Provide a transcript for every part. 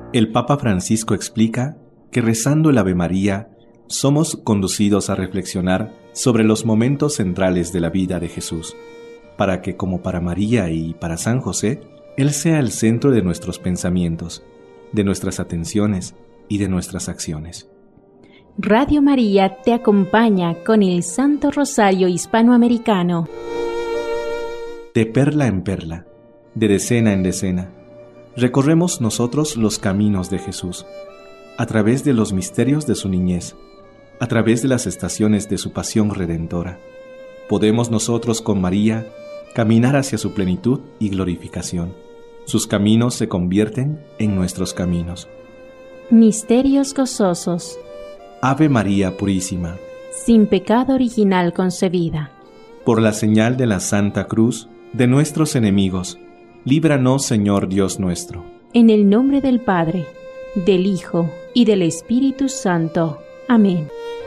El Papa Francisco explica que rezando el Ave María somos conducidos a reflexionar sobre los momentos centrales de la vida de Jesús, para que, como para María y para San José, Él sea el centro de nuestros pensamientos, de nuestras atenciones y de nuestras acciones. Radio María te acompaña con el Santo Rosario Hispanoamericano. De perla en perla, de decena en decena, recorremos nosotros los caminos de Jesús, a través de los misterios de su niñez, a través de las estaciones de su pasión redentora. Podemos nosotros con María caminar hacia su plenitud y glorificación. Sus caminos se convierten en nuestros caminos. Misterios gozosos. Ave María Purísima, sin pecado original concebida. Por la señal de la Santa Cruz de nuestros enemigos, líbranos, Señor Dios nuestro. En el nombre del Padre, del Hijo y del Espíritu Santo. Amén.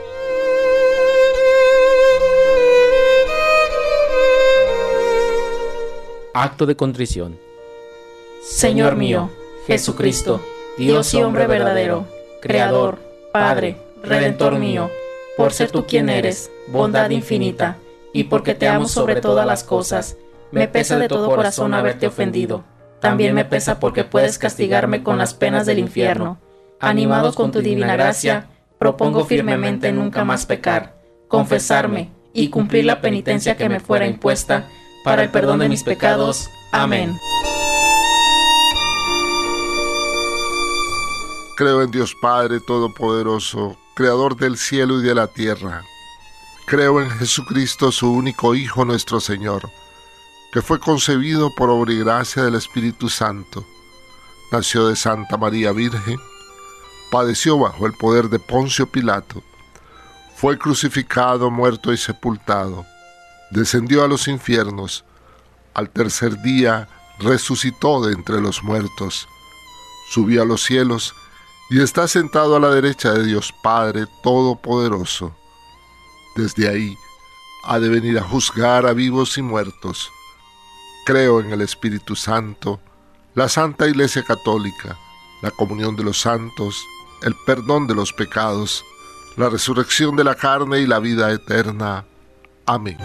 Acto de contrición. Señor mío, Jesucristo, Dios y hombre verdadero, Creador, Padre, Redentor mío, por ser tú quien eres, bondad infinita, y porque te amo sobre todas las cosas, me pesa de todo corazón haberte ofendido. También me pesa porque puedes castigarme con las penas del infierno. Animado con tu divina gracia, propongo firmemente nunca más pecar, confesarme y cumplir la penitencia que me fuera impuesta para el perdón de mis pecados. Amén. Creo en Dios Padre Todopoderoso, Creador del cielo y de la tierra. Creo en Jesucristo, su único Hijo, nuestro Señor, que fue concebido por obra y gracia del Espíritu Santo. Nació de Santa María Virgen, padeció bajo el poder de Poncio Pilato, fue crucificado, muerto y sepultado, descendió a los infiernos, al tercer día resucitó de entre los muertos, subió a los cielos y está sentado a la derecha de Dios Padre Todopoderoso. Desde ahí ha de venir a juzgar a vivos y muertos. Creo en el Espíritu Santo, la Santa Iglesia Católica, la comunión de los santos, el perdón de los pecados, la resurrección de la carne y la vida eterna. Amén.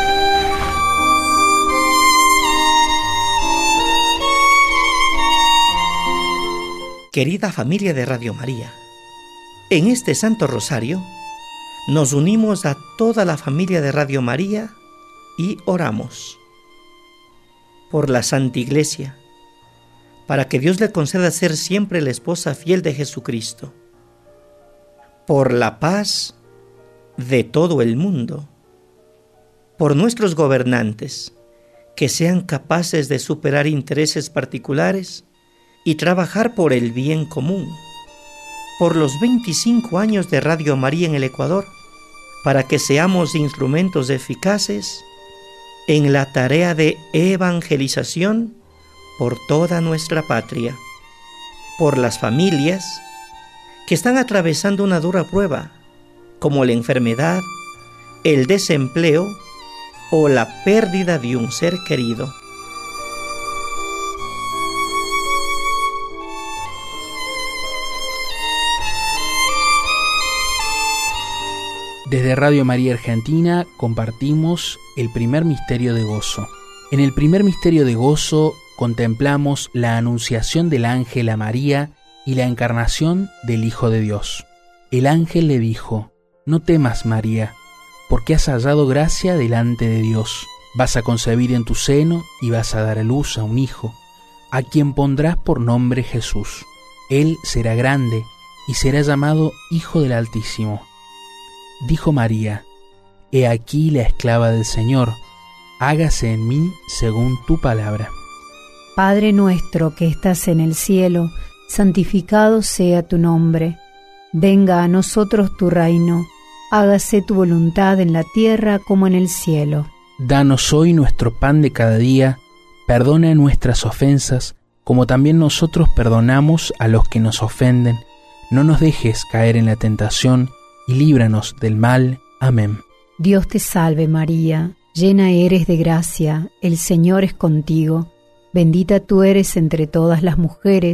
Querida familia de Radio María, en este Santo Rosario nos unimos a toda la familia de Radio María y oramos por la Santa Iglesia, para que Dios le conceda ser siempre la esposa fiel de Jesucristo, por la paz de todo el mundo, por nuestros gobernantes, que sean capaces de superar intereses particulares y trabajar por el bien común, por los 25 años de Radio María en el Ecuador, para que seamos instrumentos eficaces en la tarea de evangelización por toda nuestra patria, por las familias que están atravesando una dura prueba, como la enfermedad, el desempleo o la pérdida de un ser querido. Desde Radio María Argentina compartimos el primer misterio de gozo. En el primer misterio de gozo contemplamos la anunciación del ángel a María y la encarnación del Hijo de Dios. El ángel le dijo: «No temas, María, porque has hallado gracia delante de Dios. Vas a concebir en tu seno y vas a dar a luz a un hijo, a quien pondrás por nombre Jesús. Él será grande y será llamado Hijo del Altísimo». Dijo María: «He aquí la esclava del Señor, hágase en mí según tu palabra». Padre nuestro que estás en el cielo, santificado sea tu nombre. Venga a nosotros tu reino, hágase tu voluntad en la tierra como en el cielo. Danos hoy nuestro pan de cada día, perdona nuestras ofensas, como también nosotros perdonamos a los que nos ofenden. No nos dejes caer en la tentación, y líbranos del mal. Amén. Dios te salve María, llena eres de gracia, el Señor es contigo. Bendita tú eres entre todas las mujeres,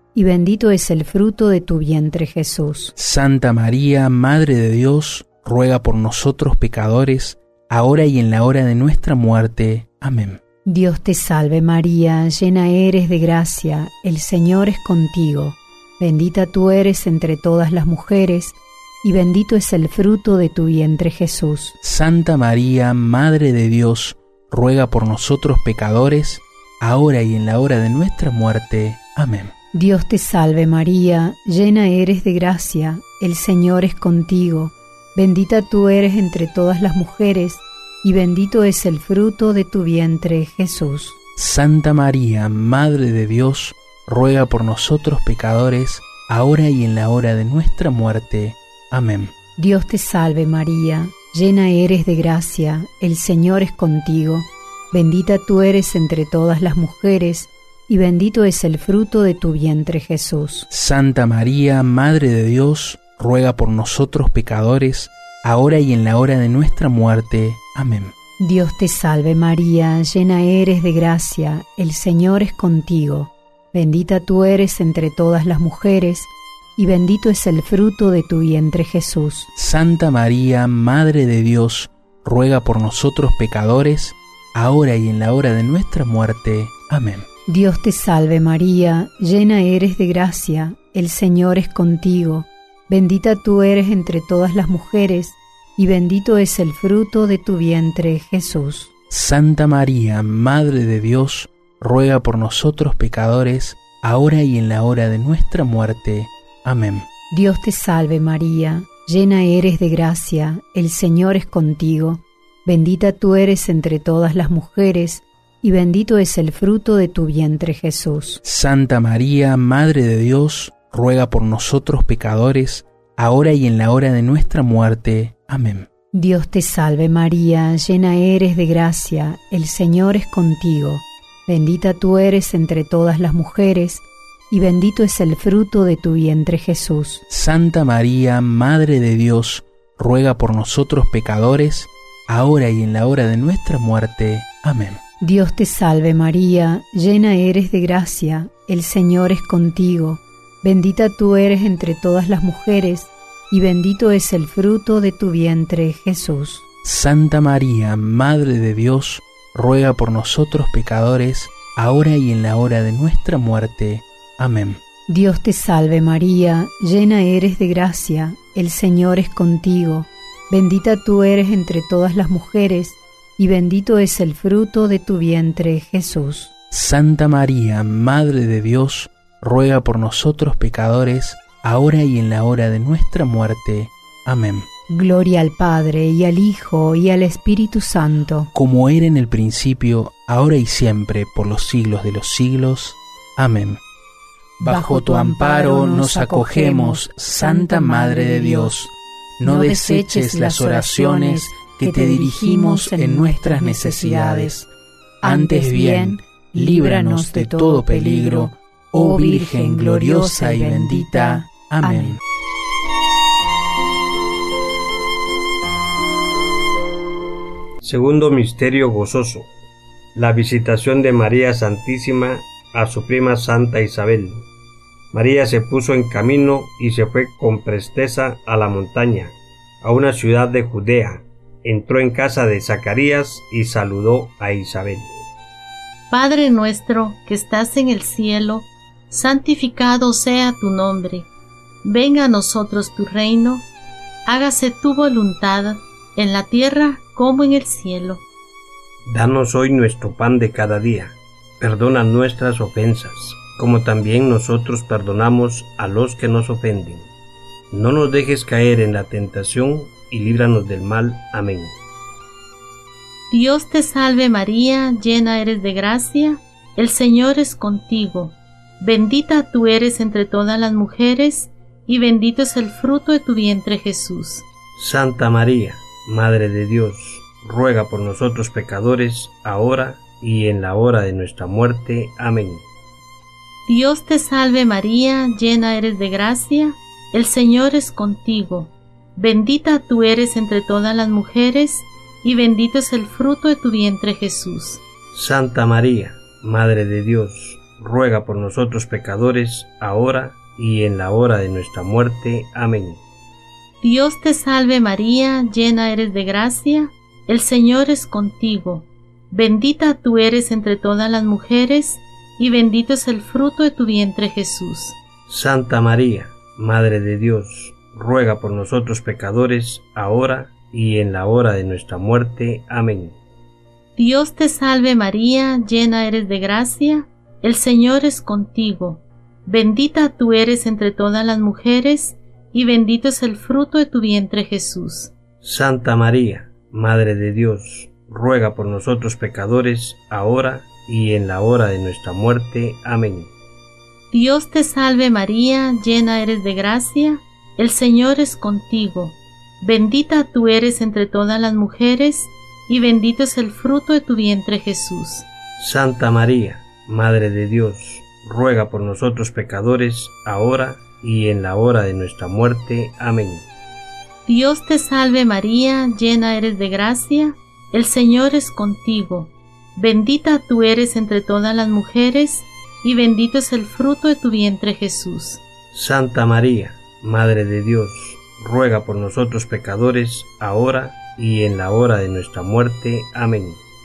y bendito es el fruto de tu vientre, Jesús. Santa María, Madre de Dios, ruega por nosotros pecadores, ahora y en la hora de nuestra muerte. Amén. Dios te salve María, llena eres de gracia, el Señor es contigo. Bendita tú eres entre todas las mujeres, y bendito es el fruto de tu vientre, Jesús. Santa María, Madre de Dios, ruega por nosotros pecadores, ahora y en la hora de nuestra muerte. Amén. Dios te salve María, llena eres de gracia, el Señor es contigo. Bendita tú eres entre todas las mujeres, y bendito es el fruto de tu vientre, Jesús. Santa María, Madre de Dios, ruega por nosotros pecadores, ahora y en la hora de nuestra muerte. Amén. Dios te salve María, llena eres de gracia, el Señor es contigo. Bendita tú eres entre todas las mujeres, y bendito es el fruto de tu vientre, Jesús. Santa María, Madre de Dios, ruega por nosotros pecadores, ahora y en la hora de nuestra muerte. Amén. Dios te salve María, llena eres de gracia, el Señor es contigo. Bendita tú eres entre todas las mujeres, y bendito es el fruto de tu vientre, Jesús. Santa María, Madre de Dios, ruega por nosotros pecadores, ahora y en la hora de nuestra muerte. Amén. Dios te salve María, llena eres de gracia, el Señor es contigo. Bendita tú eres entre todas las mujeres, y bendito es el fruto de tu vientre, Jesús. Santa María, Madre de Dios, ruega por nosotros pecadores, ahora y en la hora de nuestra muerte. Amén. Dios te salve María, llena eres de gracia, el Señor es contigo. Bendita tú eres entre todas las mujeres, y bendito es el fruto de tu vientre, Jesús. Santa María, Madre de Dios, ruega por nosotros pecadores, ahora y en la hora de nuestra muerte. Amén. Dios te salve María, llena eres de gracia, el Señor es contigo. Bendita tú eres entre todas las mujeres, y bendito es el fruto de tu vientre, Jesús. Santa María, Madre de Dios, ruega por nosotros pecadores, ahora y en la hora de nuestra muerte. Amén. Dios te salve María, llena eres de gracia, el Señor es contigo. Bendita tú eres entre todas las mujeres, y bendito es el fruto de tu vientre, Jesús. Santa María, Madre de Dios, ruega por nosotros pecadores, ahora y en la hora de nuestra muerte. Amén. Dios te salve María, llena eres de gracia, el Señor es contigo. Bendita tú eres entre todas las mujeres, y bendito es el fruto de tu vientre, Jesús. Santa María, Madre de Dios, ruega por nosotros pecadores, ahora y en la hora de nuestra muerte. Amén. Gloria al Padre, y al Hijo, y al Espíritu Santo. Como era en el principio, ahora y siempre, por los siglos de los siglos. Amén. Bajo tu amparo nos acogemos, Santa Madre de Dios. No deseches las oraciones que te dirigimos en nuestras necesidades. Antes bien, líbranos de todo peligro, oh Virgen gloriosa y bendita. Amén. Segundo misterio gozoso: la visitación de María Santísima a su prima Santa Isabel. María se puso en camino y se fue con presteza a la montaña, a una ciudad de Judea. Entró en casa de Zacarías y saludó a Isabel. Padre nuestro que estás en el cielo, santificado sea tu nombre. Venga a nosotros tu reino, hágase tu voluntad, en la tierra como en el cielo. Danos hoy nuestro pan de cada día. Perdona nuestras ofensas, como también nosotros perdonamos a los que nos ofenden. No nos dejes caer en la tentación y líbranos del mal. Amén. Dios te salve María, llena eres de gracia, el Señor es contigo. Bendita tú eres entre todas las mujeres, y bendito es el fruto de tu vientre, Jesús. Santa María, Madre de Dios, ruega por nosotros pecadores, ahora y en la hora de nuestra muerte. Amén. Dios te salve María, llena eres de gracia, el Señor es contigo. Bendita tú eres entre todas las mujeres, y bendito es el fruto de tu vientre, Jesús. Santa María, Madre de Dios, ruega por nosotros pecadores, ahora y en la hora de nuestra muerte. Amén. Dios te salve María, llena eres de gracia, el Señor es contigo. Bendita tú eres entre todas las mujeres, y bendito es el fruto de tu vientre Jesús. Santa María, Madre de Dios, ruega por nosotros pecadores, ahora y en la hora de nuestra muerte. Amén. Dios te salve María, llena eres de gracia, el Señor es contigo. Bendita tú eres entre todas las mujeres, y bendito es el fruto de tu vientre Jesús. Santa María, Madre de Dios, ruega por nosotros pecadores, ahora y en la hora de nuestra muerte. Amén. Dios te salve María, llena eres de gracia, el Señor es contigo. Bendita tú eres entre todas las mujeres, y bendito es el fruto de tu vientre Jesús. Santa María, Madre de Dios, ruega por nosotros pecadores, ahora y en la hora de nuestra muerte. Amén. Dios te salve María, llena eres de gracia, el Señor es contigo. Bendita tú eres entre todas las mujeres, y bendito es el fruto de tu vientre Jesús. Santa María, Madre de Dios, ruega por nosotros pecadores, ahora y en la hora de nuestra muerte. Amén.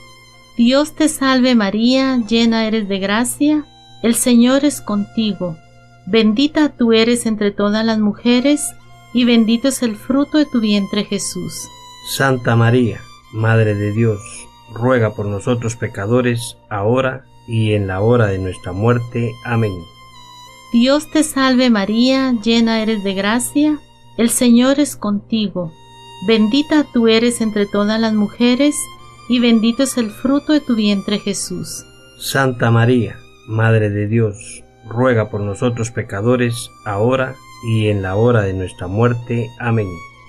Dios te salve María, llena eres de gracia, el Señor es contigo. Bendita tú eres entre todas las mujeres, y bendito es el fruto de tu vientre Jesús. Santa María, Madre de Dios, ruega por nosotros pecadores, ahora y en la hora de nuestra muerte. Amén. Dios te salve María, llena eres de gracia, el Señor es contigo. Bendita tú eres entre todas las mujeres, y bendito es el fruto de tu vientre Jesús. Santa María, Madre de Dios, ruega por nosotros pecadores, ahora y en la hora de nuestra muerte. Amén.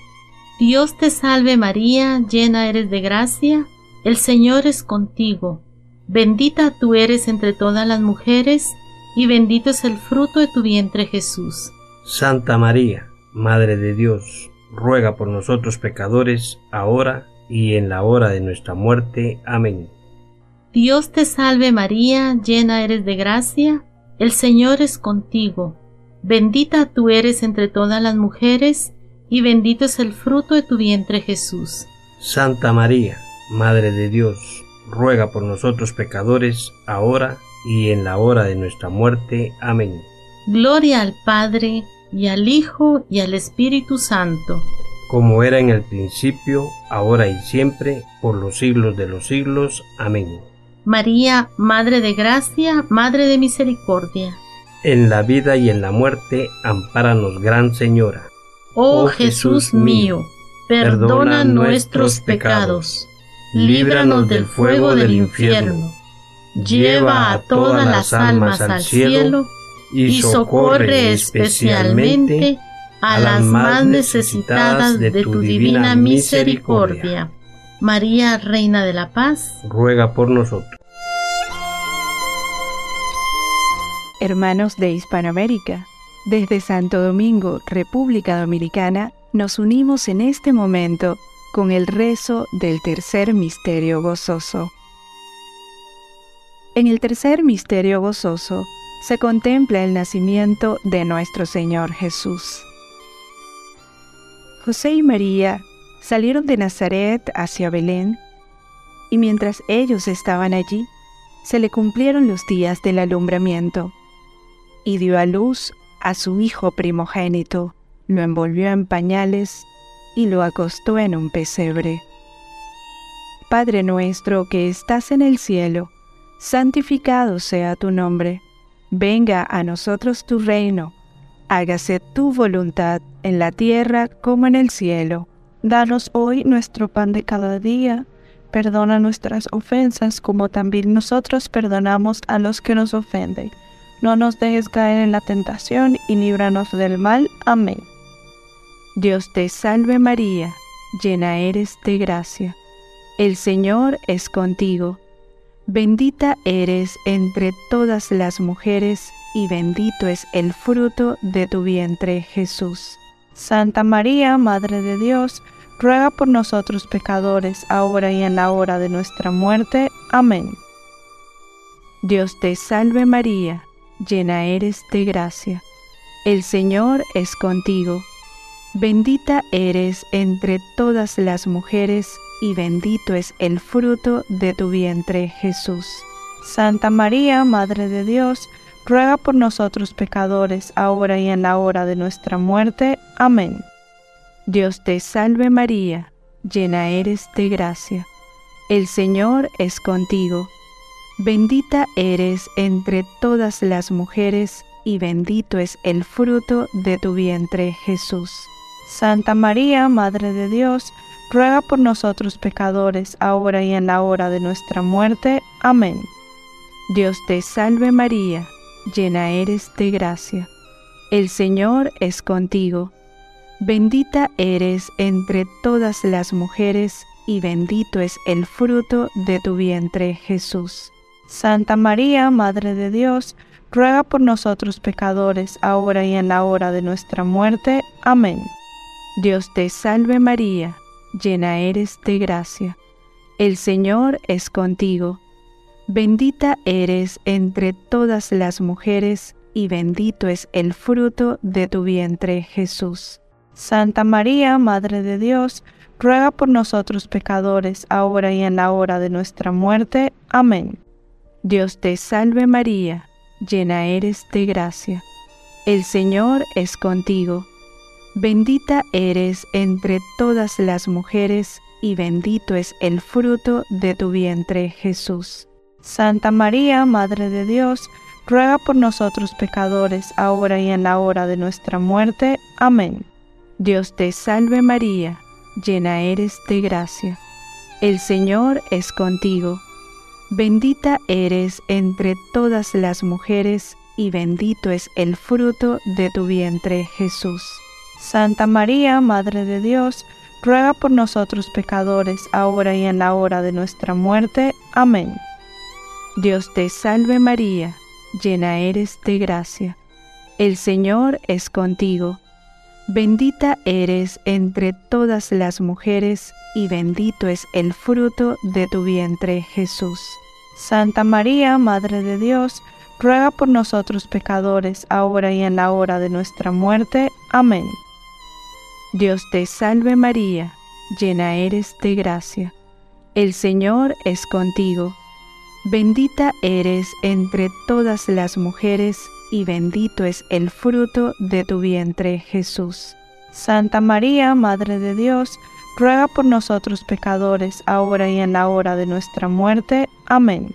Dios te salve María, llena eres de gracia, el Señor es contigo. Bendita tú eres entre todas las mujeres, y bendito es el fruto de tu vientre Jesús. Santa María, Madre de Dios, ruega por nosotros pecadores, ahora y en la hora de nuestra muerte. Amén. Dios te salve María, llena eres de gracia, el Señor es contigo. Bendita tú eres entre todas las mujeres, y bendito es el fruto de tu vientre Jesús. Santa María, Madre de Dios, ruega por nosotros pecadores, ahora y en la hora de nuestra muerte. Amén. Gloria al Padre, y al Hijo, y al Espíritu Santo. Como era en el principio, ahora y siempre, por los siglos de los siglos. Amén. María, Madre de Gracia, Madre de Misericordia. En la vida y en la muerte, ampáranos, Gran Señora. Oh Jesús mío, perdona nuestros pecados, líbranos del fuego del infierno, lleva a todas las almas al cielo, y socorre especialmente a las más necesitadas de tu divina misericordia. María, Reina de la Paz, ruega por nosotros. Hermanos de Hispanoamérica, desde Santo Domingo, República Dominicana, nos unimos en este momento con el rezo del tercer misterio gozoso. En el tercer misterio gozoso se contempla el nacimiento de nuestro Señor Jesús. José y María salieron de Nazaret hacia Belén, y mientras ellos estaban allí, se le cumplieron los días del alumbramiento, y dio a luz a su hijo primogénito, lo envolvió en pañales y lo acostó en un pesebre. Padre nuestro que estás en el cielo, santificado sea tu nombre. Venga a nosotros tu reino. Hágase tu voluntad en la tierra como en el cielo. Danos hoy nuestro pan de cada día. Perdona nuestras ofensas como también nosotros perdonamos a los que nos ofenden. No nos dejes caer en la tentación y líbranos del mal. Amén. Dios te salve María, llena eres de gracia. El Señor es contigo. Bendita eres entre todas las mujeres, y bendito es el fruto de tu vientre, Jesús. Santa María, Madre de Dios, ruega por nosotros pecadores, ahora y en la hora de nuestra muerte. Amén. Dios te salve María, llena eres de gracia. El Señor es contigo. Bendita eres entre todas las mujeres, y bendito es el fruto de tu vientre, Jesús. Santa María, Madre de Dios, ruega por nosotros pecadores, ahora y en la hora de nuestra muerte. Amén. Dios te salve María, llena eres de gracia. El Señor es contigo. Bendita eres entre todas las mujeres, y bendito es el fruto de tu vientre, Jesús. Santa María, Madre de Dios, ruega por nosotros pecadores, ahora y en la hora de nuestra muerte. Amén. Dios te salve María, llena eres de gracia. El Señor es contigo. Bendita eres entre todas las mujeres, y bendito es el fruto de tu vientre, Jesús. Santa María, Madre de Dios, ruega por nosotros pecadores, ahora y en la hora de nuestra muerte. Amén. Dios te salve María, llena eres de gracia. El Señor es contigo. Bendita eres entre todas las mujeres, y bendito es el fruto de tu vientre, Jesús. Santa María, Madre de Dios, ruega por nosotros pecadores, ahora y en la hora de nuestra muerte. Amén. Dios te salve María, llena eres de gracia. El Señor es contigo. Bendita eres entre todas las mujeres, y bendito es el fruto de tu vientre, Jesús. Santa María, Madre de Dios, ruega por nosotros pecadores, ahora y en la hora de nuestra muerte. Amén. Dios te salve María, llena eres de gracia. El Señor es contigo. Bendita eres entre todas las mujeres, y bendito es el fruto de tu vientre, Jesús. Santa María, Madre de Dios, ruega por nosotros pecadores, ahora y en la hora de nuestra muerte. Amén. Dios te salve María, llena eres de gracia. El Señor es contigo. Bendita eres entre todas las mujeres, y bendito es el fruto de tu vientre, Jesús. Santa María, Madre de Dios, ruega por nosotros pecadores, ahora y en la hora de nuestra muerte. Amén. Dios te salve María, llena eres de gracia. El Señor es contigo. Bendita eres entre todas las mujeres, y bendito es el fruto de tu vientre, Jesús. Santa María, Madre de Dios, ruega por nosotros pecadores, ahora y en la hora de nuestra muerte. Amén.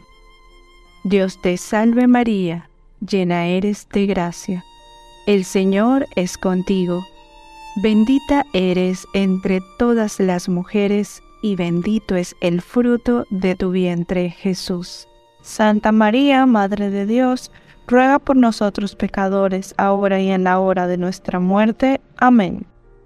Dios te salve María, llena eres de gracia. El Señor es contigo. Bendita eres entre todas las mujeres, y bendito es el fruto de tu vientre, Jesús. Santa María, Madre de Dios, ruega por nosotros pecadores, ahora y en la hora de nuestra muerte. Amén.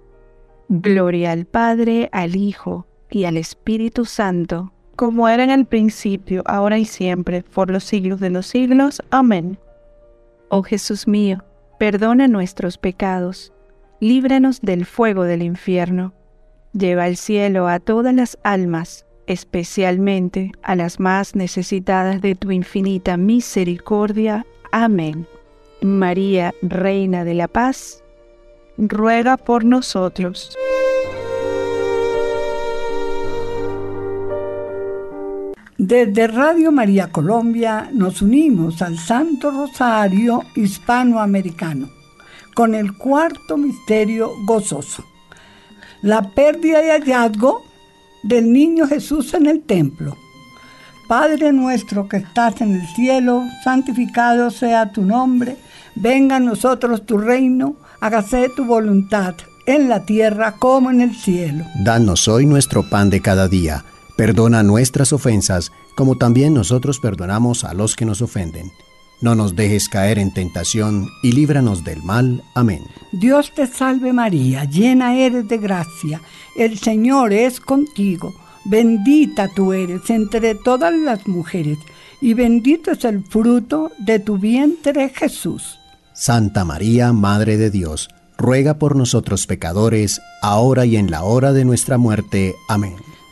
Gloria al Padre, al Hijo y al Espíritu Santo, como era en el principio, ahora y siempre, por los siglos de los siglos. Amén. Oh Jesús mío, perdona nuestros pecados, líbranos del fuego del infierno, lleva al cielo a todas las almas, especialmente a las más necesitadas de tu infinita misericordia. Amén. María, Reina de la Paz, ruega por nosotros. Desde Radio María Colombia nos unimos al Santo Rosario Hispanoamericano con el cuarto misterio gozoso, la pérdida y hallazgo del niño Jesús en el templo. Padre nuestro que estás en el cielo, santificado sea tu nombre, venga a nosotros tu reino, hágase tu voluntad, en la tierra como en el cielo. Danos hoy nuestro pan de cada día. Perdona nuestras ofensas, como también nosotros perdonamos a los que nos ofenden. No nos dejes caer en tentación, y líbranos del mal. Amén. Dios te salve María, llena eres de gracia, el Señor es contigo. Bendita tú eres entre todas las mujeres, y bendito es el fruto de tu vientre, Jesús. Santa María, Madre de Dios, ruega por nosotros pecadores, ahora y en la hora de nuestra muerte. Amén.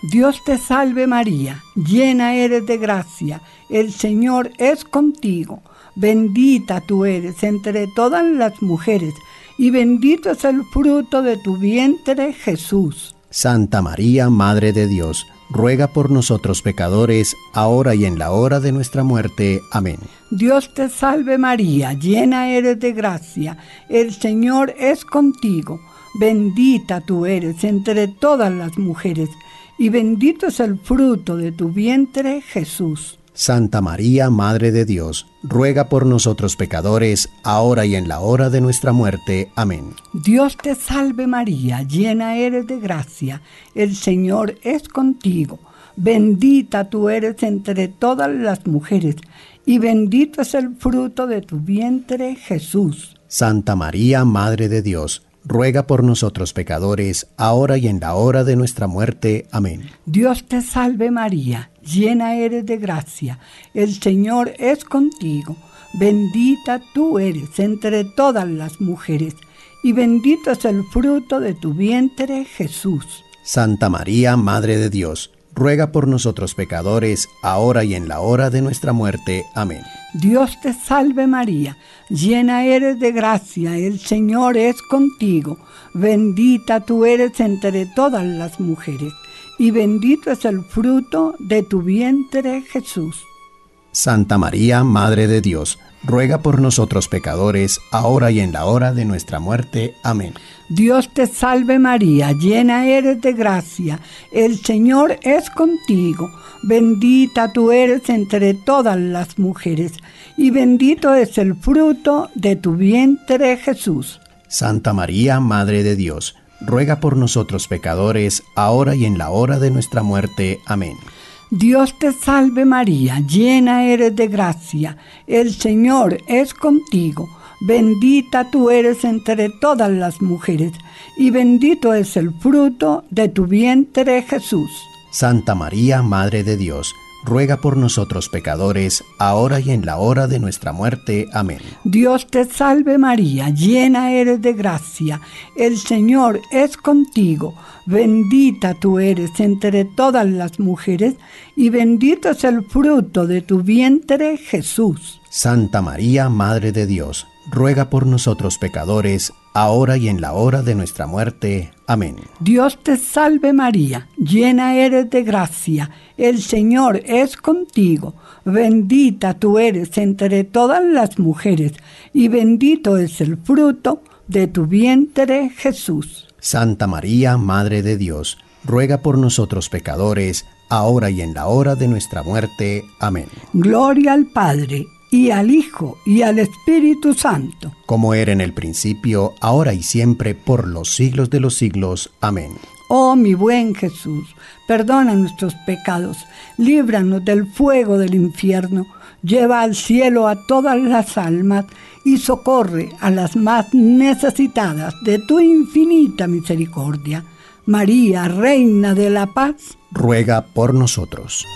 Dios te salve María, llena eres de gracia, el Señor es contigo. Bendita tú eres entre todas las mujeres, y bendito es el fruto de tu vientre, Jesús. Santa María, Madre de Dios, ruega por nosotros pecadores, ahora y en la hora de nuestra muerte. Amén. Dios te salve María, llena eres de gracia, el Señor es contigo. Bendita tú eres entre todas las mujeres, y bendito es el fruto de tu vientre, Jesús. Santa María, Madre de Dios, ruega por nosotros pecadores, ahora y en la hora de nuestra muerte. Amén. Dios te salve María, llena eres de gracia, el Señor es contigo. Bendita tú eres entre todas las mujeres, y bendito es el fruto de tu vientre, Jesús. Santa María, Madre de Dios, ruega por nosotros pecadores, ahora y en la hora de nuestra muerte. Amén. Dios te salve María, llena eres de gracia, el Señor es contigo. Bendita tú eres entre todas las mujeres, y bendito es el fruto de tu vientre, Jesús. Santa María, Madre de Dios, ruega por nosotros pecadores, ahora y en la hora de nuestra muerte. Amén. Dios te salve María, llena eres de gracia, el Señor es contigo. Bendita tú eres entre todas las mujeres, y bendito es el fruto de tu vientre, Jesús. Santa María, Madre de Dios, ruega por nosotros pecadores, ahora y en la hora de nuestra muerte. Amén. Dios te salve María, llena eres de gracia, el Señor es contigo. Bendita tú eres entre todas las mujeres, y bendito es el fruto de tu vientre, Jesús. Santa María, Madre de Dios, ruega por nosotros pecadores, ahora y en la hora de nuestra muerte. Amén. Dios te salve María, llena eres de gracia, el Señor es contigo. Bendita tú eres entre todas las mujeres, y bendito es el fruto de tu vientre, Jesús. Santa María, Madre de Dios, ruega por nosotros pecadores, ahora y en la hora de nuestra muerte. Amén. Dios te salve María, llena eres de gracia, el Señor es contigo. Bendita tú eres entre todas las mujeres, y bendito es el fruto de tu vientre, Jesús. Santa María, Madre de Dios, ruega por nosotros pecadores, ahora y en la hora de nuestra muerte. Amén. Dios te salve María, llena eres de gracia, el Señor es contigo. Bendita tú eres entre todas las mujeres, y bendito es el fruto de tu vientre, Jesús. Santa María, Madre de Dios, ruega por nosotros pecadores, ahora y en la hora de nuestra muerte. Amén. Gloria al Padre, y al Hijo, y al Espíritu Santo. Como era en el principio, ahora y siempre, por los siglos de los siglos. Amén. Oh mi buen Jesús, perdona nuestros pecados, líbranos del fuego del infierno, lleva al cielo a todas las almas, y socorre a las más necesitadas de tu infinita misericordia. María, Reina de la Paz, ruega por nosotros.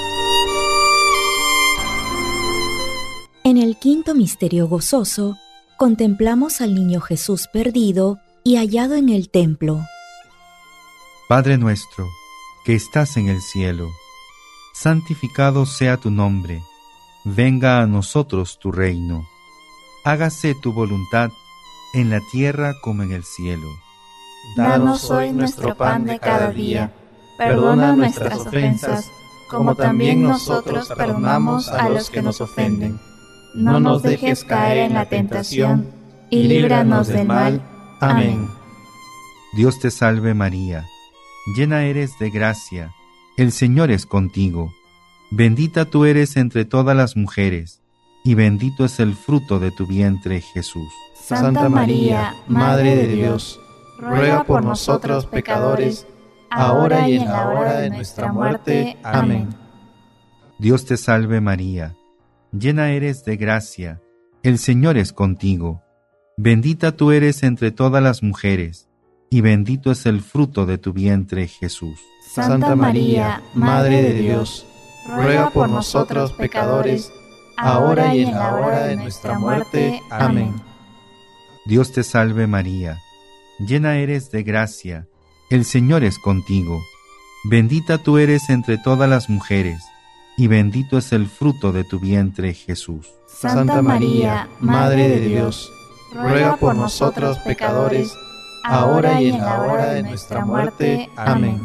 En el quinto misterio gozoso, contemplamos al niño Jesús perdido y hallado en el templo. Padre nuestro, que estás en el cielo, santificado sea tu nombre. Venga a nosotros tu reino. Hágase tu voluntad en la tierra como en el cielo. Danos hoy nuestro pan de cada día. Perdona nuestras ofensas, como también nosotros perdonamos a los que nos ofenden. No nos dejes caer en la tentación, y líbranos del mal. Amén. Dios te salve María, llena eres de gracia, el Señor es contigo. Bendita tú eres entre todas las mujeres, y bendito es el fruto de tu vientre, Jesús. Santa María, Madre de Dios, ruega por nosotros pecadores, ahora y en la hora de nuestra muerte. Amén. Dios te salve María, llena eres de gracia, el Señor es contigo. Bendita tú eres entre todas las mujeres, y bendito es el fruto de tu vientre, Jesús. Santa María, Madre de Dios, ruega por nosotros pecadores, ahora y en la hora de nuestra muerte. Amén. Dios te salve María, llena eres de gracia, el Señor es contigo. Bendita tú eres entre todas las mujeres, y bendito es el fruto de tu vientre, Jesús. Santa María, Madre de Dios, ruega por nosotros pecadores, ahora y en la hora de nuestra muerte. Amén.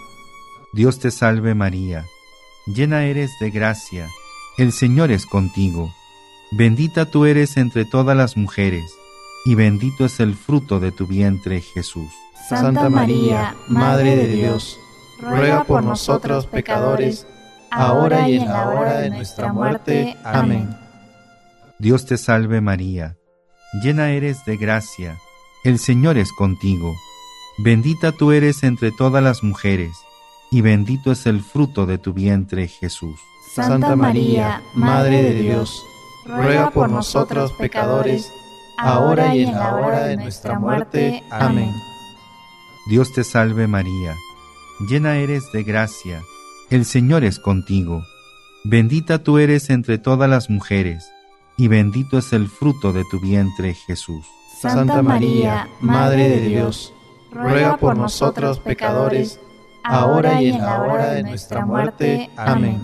Dios te salve María, llena eres de gracia, el Señor es contigo. Bendita tú eres entre todas las mujeres, y bendito es el fruto de tu vientre, Jesús. Santa María, Madre de Dios, ruega por nosotros pecadores, ahora y en la hora de nuestra muerte. Amén. Dios te salve María, llena eres de gracia, el Señor es contigo. Bendita tú eres entre todas las mujeres, y bendito es el fruto de tu vientre, Jesús. Santa María, Madre de Dios, ruega por nosotros pecadores, ahora y en la hora de nuestra muerte. Amén. Dios te salve María, llena eres de gracia, el Señor es contigo. Bendita tú eres entre todas las mujeres, y bendito es el fruto de tu vientre, Jesús. Santa María, Madre de Dios, ruega por nosotros pecadores, ahora y en la hora de nuestra muerte. Amén.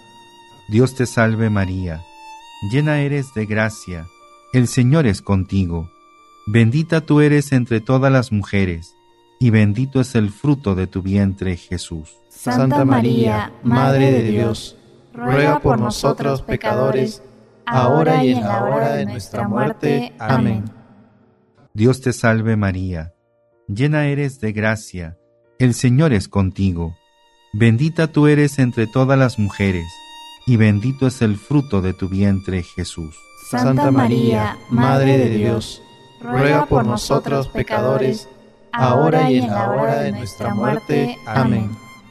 Dios te salve María, llena eres de gracia, el Señor es contigo. Bendita tú eres entre todas las mujeres, y bendito es el fruto de tu vientre, Jesús. Santa María, Madre de Dios, ruega por nosotros pecadores, ahora y en la hora de nuestra muerte. Amén. Dios te salve María, llena eres de gracia, el Señor es contigo. Bendita tú eres entre todas las mujeres, y bendito es el fruto de tu vientre, Jesús. Santa María, Madre de Dios, ruega por nosotros pecadores, ahora y en la hora de nuestra muerte. Amén.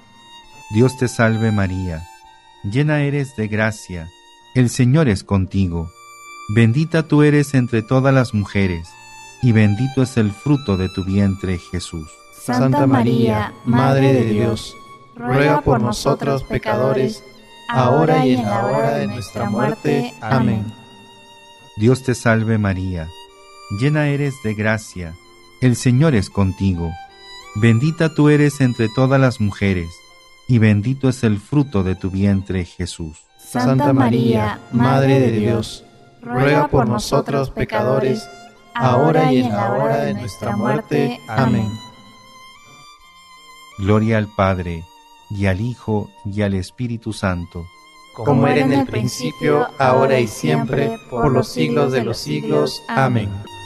Dios te salve María, llena eres de gracia, el Señor es contigo. Bendita tú eres entre todas las mujeres, y bendito es el fruto de tu vientre, Jesús. Santa María, Madre de Dios, ruega por nosotros pecadores, ahora y en la hora de nuestra muerte. Amén. Dios te salve María, llena eres de gracia, el Señor es contigo. Bendita tú eres entre todas las mujeres, y bendito es el fruto de tu vientre, Jesús. Santa María, Madre de Dios, ruega por nosotros pecadores, ahora y en la hora de nuestra muerte. Amén. Gloria al Padre, y al Hijo, y al Espíritu Santo, como era en el principio, ahora y siempre, por los siglos de los siglos. Amén.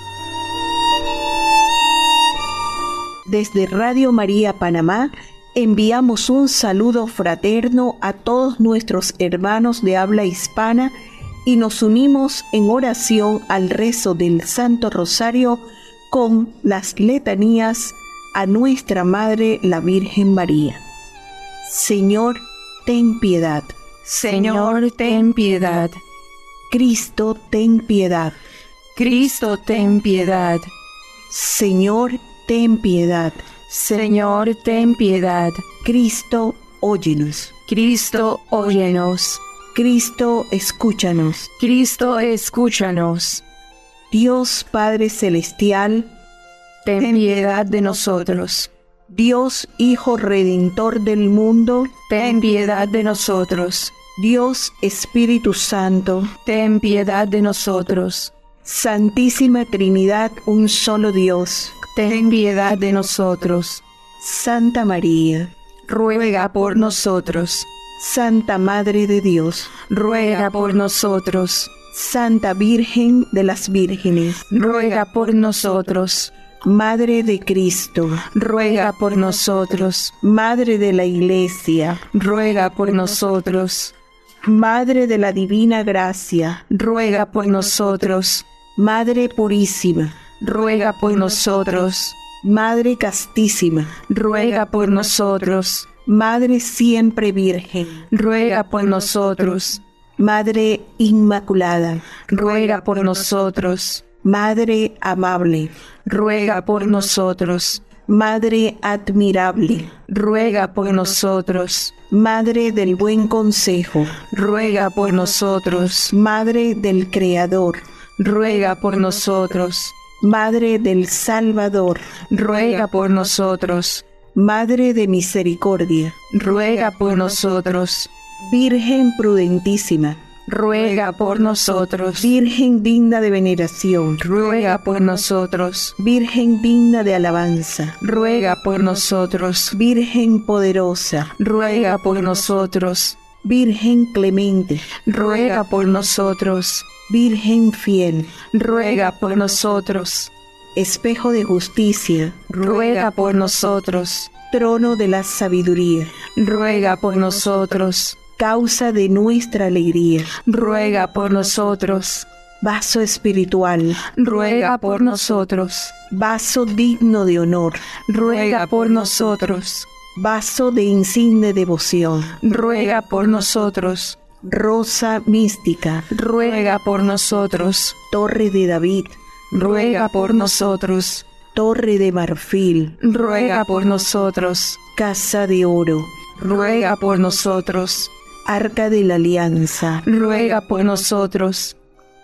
Desde Radio María Panamá, enviamos un saludo fraterno a todos nuestros hermanos de habla hispana y nos unimos en oración al rezo del Santo Rosario con las letanías a nuestra Madre la Virgen María. Señor, ten piedad. Señor, ten piedad. Cristo, ten piedad. Cristo, ten piedad. Señor, ten piedad. Señor, ten piedad. Cristo, óyenos. Cristo, óyenos. Cristo, escúchanos. Cristo, escúchanos. Dios Padre Celestial, ten piedad de nosotros. Dios Hijo Redentor del mundo, ten piedad de nosotros. Dios Espíritu Santo, ten piedad de nosotros. Santísima Trinidad, un solo Dios, ten piedad de nosotros. Santa María, ruega por nosotros. Santa Madre de Dios, ruega por nosotros. Santa Virgen de las Vírgenes, ruega por nosotros. Madre de Cristo, ruega por nosotros. Madre de la Iglesia, ruega por nosotros. Madre de la Divina Gracia, ruega por nosotros. Madre Purísima, ruega por nosotros. Madre Castísima, ruega por nosotros. Madre Siempre Virgen, ruega por nosotros. Madre Inmaculada, ruega por nosotros. Madre Amable, ruega por nosotros. Madre Admirable, ruega por nosotros. Madre del Buen Consejo, ruega por nosotros. Madre del Creador, ruega por nosotros. Madre del Salvador, ruega por nosotros. Madre de misericordia, ruega por nosotros. Virgen prudentísima, ruega por nosotros. Virgen digna de veneración, ruega por nosotros. Virgen digna de alabanza, ruega por nosotros. Virgen poderosa, ruega por nosotros. Virgen clemente, ruega por nosotros. Virgen fiel, ruega por nosotros. Espejo de justicia, ruega por nosotros. Trono de la sabiduría, ruega por nosotros. Causa de nuestra alegría, ruega por nosotros. Vaso espiritual, ruega por nosotros. Vaso digno de honor, ruega por nosotros. Vaso de insigne devoción, ruega por nosotros. Rosa mística, ruega por nosotros. Torre de David, ruega por nosotros. Torre de marfil, ruega por nosotros. Casa de oro, ruega por nosotros. Arca de la alianza, ruega por nosotros.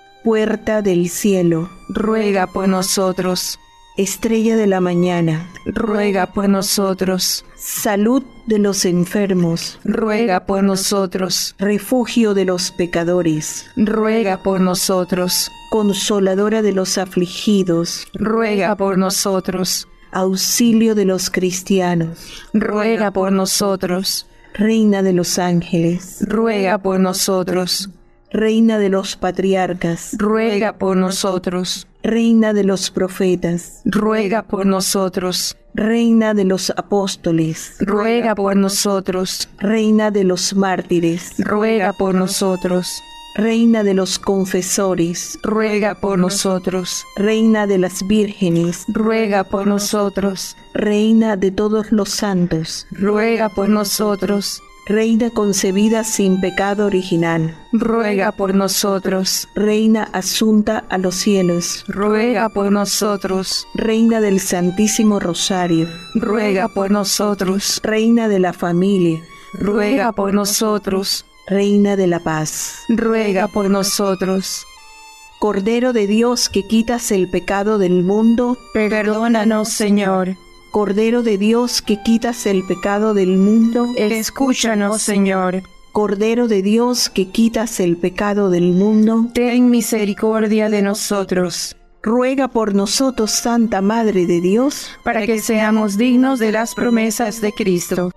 Puerta del cielo, ruega por nosotros. Estrella de la mañana, ruega por nosotros. Salud de los enfermos, ruega por nosotros. Refugio de los pecadores, ruega por nosotros. Consoladora de los afligidos, ruega por nosotros. Auxilio de los cristianos, ruega por nosotros. Reina de los ángeles, ruega por nosotros. Reina de los patriarcas, ruega por nosotros. Reina de los profetas, ruega por nosotros. Reina de los apóstoles, ruega por nosotros. Reina de los mártires, ruega por nosotros. Reina de los confesores, ruega por nosotros. Reina de las vírgenes, ruega por nosotros. Reina de todos los santos, ruega por nosotros. Reina concebida sin pecado original, ruega por nosotros. Reina asunta a los cielos, ruega por nosotros. Reina del Santísimo Rosario, ruega por nosotros. Reina de la familia, ruega por nosotros. Reina de la paz, ruega por nosotros. Cordero de Dios que quitas el pecado del mundo, perdónanos, Señor. Cordero de Dios que quitas el pecado del mundo, escúchanos, Señor. Cordero de Dios que quitas el pecado del mundo, ten misericordia de nosotros. Ruega por nosotros, Santa Madre de Dios, para que seamos dignos de las promesas de Cristo.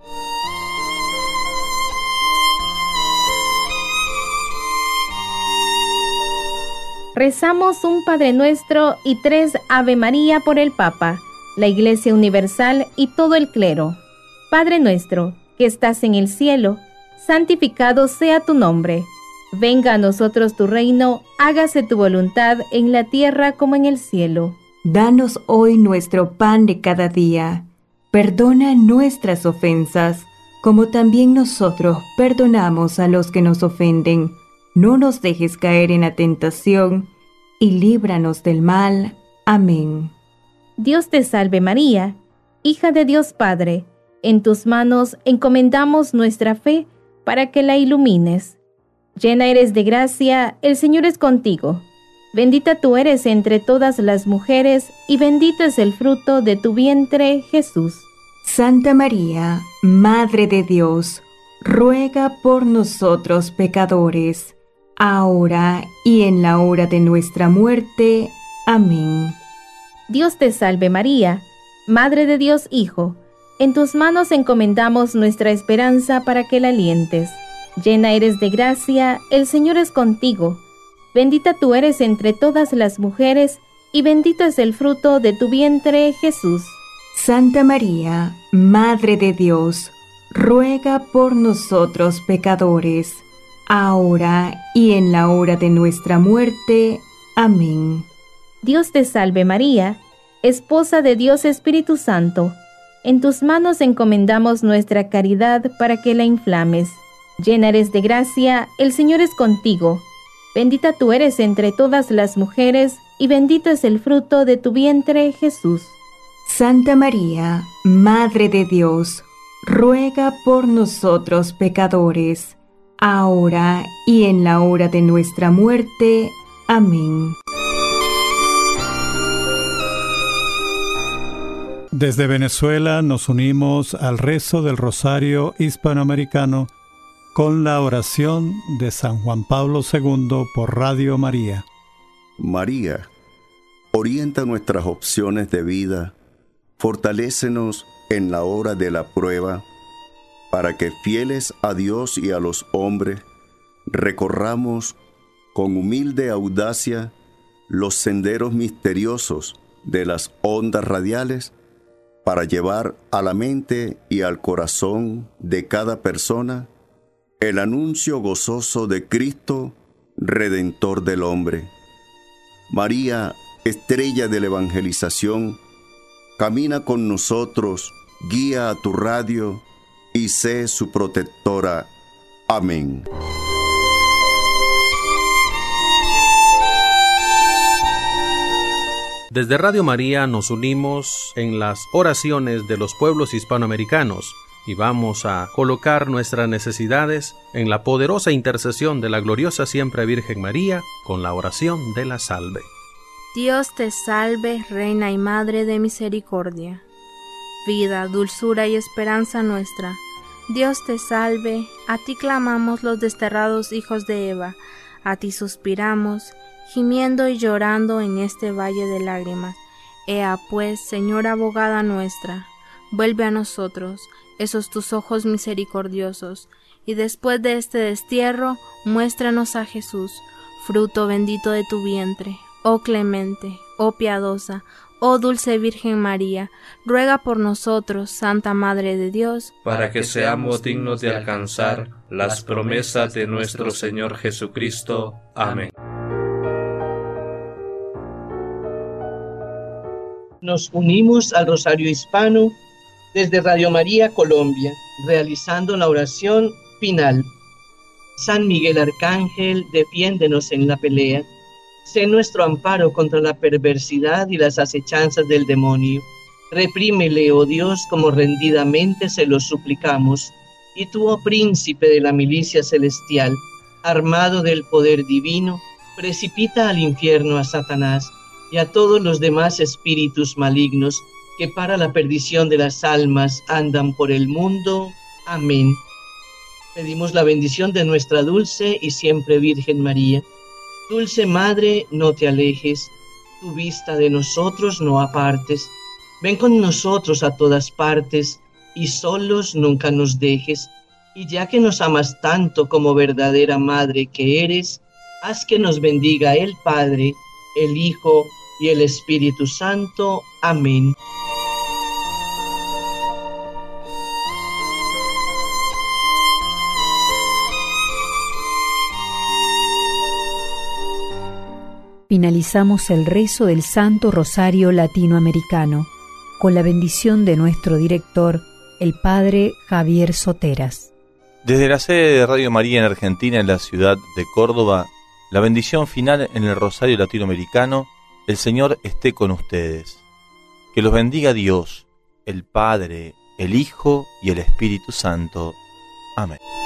Rezamos un Padre Nuestro y 3 Ave María por el Papa, la Iglesia Universal y todo el clero. Padre nuestro, que estás en el cielo, santificado sea tu nombre. Venga a nosotros tu reino, hágase tu voluntad en la tierra como en el cielo. Danos hoy nuestro pan de cada día. Perdona nuestras ofensas, como también nosotros perdonamos a los que nos ofenden. No nos dejes caer en la tentación, y líbranos del mal. Amén. Dios te salve María, hija de Dios Padre, en tus manos encomendamos nuestra fe para que la ilumines. Llena eres de gracia, el Señor es contigo. Bendita tú eres entre todas las mujeres, y bendito es el fruto de tu vientre, Jesús. Santa María, Madre de Dios, ruega por nosotros pecadores, ahora y en la hora de nuestra muerte. Amén. Dios te salve María, Madre de Dios Hijo, en tus manos encomendamos nuestra esperanza para que la alientes. Llena eres de gracia, el Señor es contigo. Bendita tú eres entre todas las mujeres, y bendito es el fruto de tu vientre, Jesús. Santa María, Madre de Dios, ruega por nosotros pecadores, ahora y en la hora de nuestra muerte. Amén. Dios te salve María, Esposa de Dios Espíritu Santo. En tus manos encomendamos nuestra caridad para que la inflames. Llena eres de gracia, el Señor es contigo. Bendita tú eres entre todas las mujeres, y bendito es el fruto de tu vientre, Jesús. Santa María, Madre de Dios, ruega por nosotros pecadores, ahora y en la hora de nuestra muerte. Amén. Desde Venezuela nos unimos al rezo del Rosario Hispanoamericano con la oración de San Juan Pablo II por Radio María. María, orienta nuestras opciones de vida, fortalécenos en la hora de la prueba, para que fieles a Dios y a los hombres, recorramos con humilde audacia los senderos misteriosos de las ondas radiales, para llevar a la mente y al corazón de cada persona el anuncio gozoso de Cristo, Redentor del hombre. María, estrella de la evangelización, camina con nosotros, guía a tu radio y sé su protectora. Amén. Desde Radio María nos unimos en las oraciones de los pueblos hispanoamericanos y vamos a colocar nuestras necesidades en la poderosa intercesión de la gloriosa siempre Virgen María con la oración de la salve. Dios te salve, Reina y Madre de misericordia, vida, dulzura y esperanza nuestra. Dios te salve, a ti clamamos los desterrados hijos de Eva, a ti suspiramos, gimiendo y llorando en este valle de lágrimas. Ea pues, Señora abogada nuestra, vuelve a nosotros esos tus ojos misericordiosos, y después de este destierro, muéstranos a Jesús, fruto bendito de tu vientre. Oh clemente, oh piadosa, oh dulce Virgen María, ruega por nosotros, Santa Madre de Dios, para que seamos dignos de alcanzar las promesas de nuestro Señor Jesucristo. Amén. Nos unimos al Rosario Hispano desde Radio María Colombia, realizando la oración final. San Miguel Arcángel, defiéndenos en la pelea. Sé nuestro amparo contra la perversidad y las acechanzas del demonio. Reprímele, oh Dios, como rendidamente se lo suplicamos. Y tú, oh príncipe de la milicia celestial, armado del poder divino, precipita al infierno a Satanás y a todos los demás espíritus malignos que para la perdición de las almas andan por el mundo. Amén. Pedimos la bendición de nuestra dulce y siempre Virgen María. Dulce Madre, no te alejes, tu vista de nosotros no apartes. Ven con nosotros a todas partes, y solos nunca nos dejes. Y ya que nos amas tanto como verdadera Madre que eres, haz que nos bendiga el Padre, el Hijo y el Espíritu Santo. Amén. Finalizamos el rezo del Santo Rosario Latinoamericano con la bendición de nuestro director, el Padre Javier Soteras. Desde la sede de Radio María en Argentina, en la ciudad de Córdoba, la bendición final en el Rosario Latinoamericano, el Señor esté con ustedes. Que los bendiga Dios, el Padre, el Hijo y el Espíritu Santo. Amén.